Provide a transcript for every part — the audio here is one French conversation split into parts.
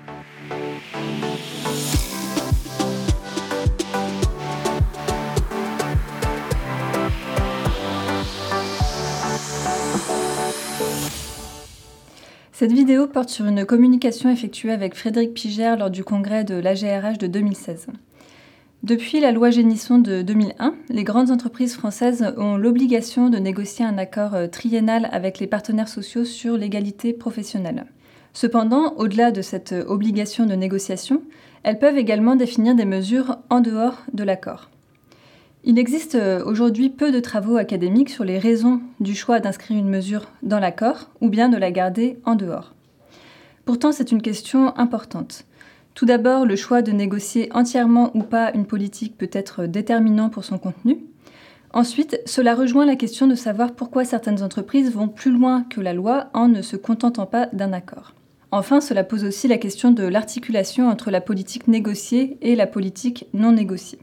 Cette vidéo porte sur une communication effectuée avec Frédéric Pigère lors du congrès de l'AGRH de 2016. Depuis la loi Génisson de 2001, les grandes entreprises françaises ont l'obligation de négocier un accord triennal avec les partenaires sociaux sur l'égalité professionnelle. Cependant, au-delà de cette obligation de négociation, elles peuvent également définir des mesures en dehors de l'accord. Il existe aujourd'hui peu de travaux académiques sur les raisons du choix d'inscrire une mesure dans l'accord ou bien de la garder en dehors. Pourtant, c'est une question importante. Tout d'abord, le choix de négocier entièrement ou pas une politique peut être déterminant pour son contenu. Ensuite, cela rejoint la question de savoir pourquoi certaines entreprises vont plus loin que la loi en ne se contentant pas d'un accord. Enfin, cela pose aussi la question de l'articulation entre la politique négociée et la politique non négociée.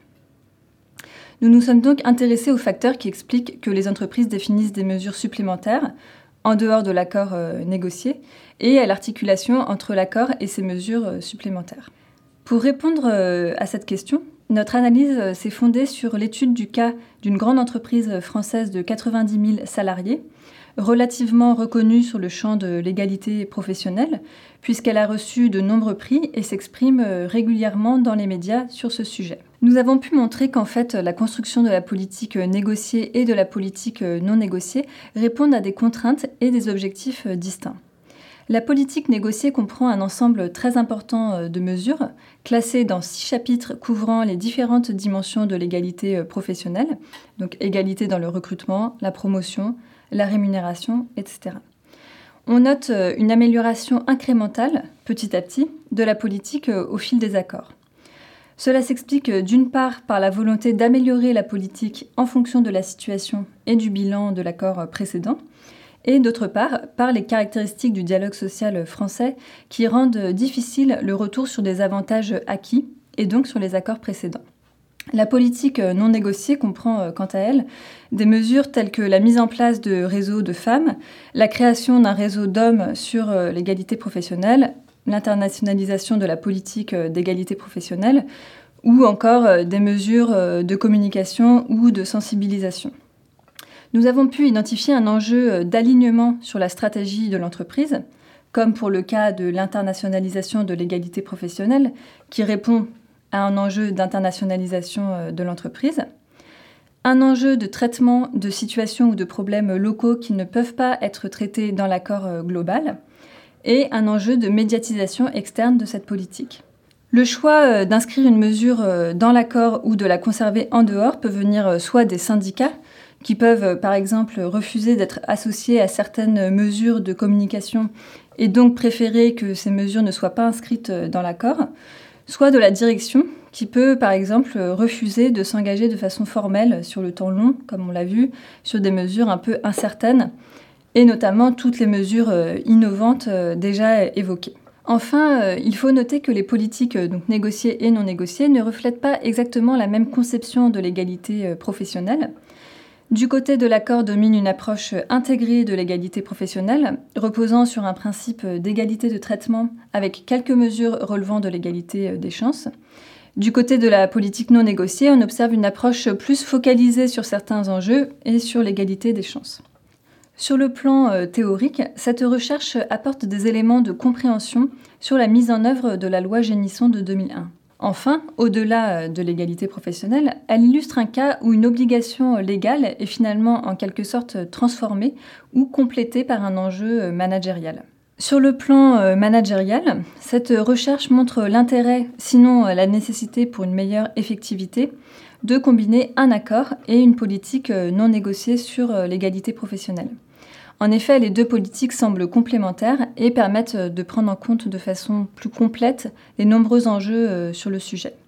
Nous nous sommes donc intéressés aux facteurs qui expliquent que les entreprises définissent des mesures supplémentaires en dehors de l'accord négocié et à l'articulation entre l'accord et ces mesures supplémentaires. Pour répondre à cette question, notre analyse s'est fondée sur l'étude du cas d'une grande entreprise française de 90 000 salariés, relativement reconnue sur le champ de l'égalité professionnelle, puisqu'elle a reçu de nombreux prix et s'exprime régulièrement dans les médias sur ce sujet. Nous avons pu montrer qu'en fait, la construction de la politique négociée et de la politique non négociée répondent à des contraintes et des objectifs distincts. La politique négociée comprend un ensemble très important de mesures, classées dans 6 chapitres couvrant les différentes dimensions de l'égalité professionnelle, donc égalité dans le recrutement, la promotion, la rémunération, etc. On note une amélioration incrémentale, petit à petit, de la politique au fil des accords. Cela s'explique d'une part par la volonté d'améliorer la politique en fonction de la situation et du bilan de l'accord précédent, et d'autre part par les caractéristiques du dialogue social français qui rendent difficile le retour sur des avantages acquis et donc sur les accords précédents. La politique non négociée comprend, quant à elle, des mesures telles que la mise en place de réseaux de femmes, la création d'un réseau d'hommes sur l'égalité professionnelle, l'internationalisation de la politique d'égalité professionnelle, ou encore des mesures de communication ou de sensibilisation. Nous avons pu identifier un enjeu d'alignement sur la stratégie de l'entreprise, comme pour le cas de l'internationalisation de l'égalité professionnelle, qui répond à un enjeu d'internationalisation de l'entreprise, un enjeu de traitement de situations ou de problèmes locaux qui ne peuvent pas être traités dans l'accord global, et un enjeu de médiatisation externe de cette politique. Le choix d'inscrire une mesure dans l'accord ou de la conserver en dehors peut venir soit des syndicats, qui peuvent par exemple refuser d'être associés à certaines mesures de communication et donc préférer que ces mesures ne soient pas inscrites dans l'accord, soit de la direction, qui peut par exemple refuser de s'engager de façon formelle sur le temps long, comme on l'a vu, sur des mesures un peu incertaines, et notamment toutes les mesures innovantes déjà évoquées. Enfin, il faut noter que les politiques donc négociées et non négociées ne reflètent pas exactement la même conception de l'égalité professionnelle. Du côté de l'accord domine une approche intégrée de l'égalité professionnelle, reposant sur un principe d'égalité de traitement avec quelques mesures relevant de l'égalité des chances. Du côté de la politique non négociée, on observe une approche plus focalisée sur certains enjeux et sur l'égalité des chances. Sur le plan théorique, cette recherche apporte des éléments de compréhension sur la mise en œuvre de la loi Génisson de 2001. Enfin, au-delà de l'égalité professionnelle, elle illustre un cas où une obligation légale est finalement en quelque sorte transformée ou complétée par un enjeu managérial. Sur le plan managérial, cette recherche montre l'intérêt, sinon la nécessité pour une meilleure effectivité, de combiner un accord et une politique non négociée sur l'égalité professionnelle. En effet, les deux politiques semblent complémentaires et permettent de prendre en compte de façon plus complète les nombreux enjeux sur le sujet.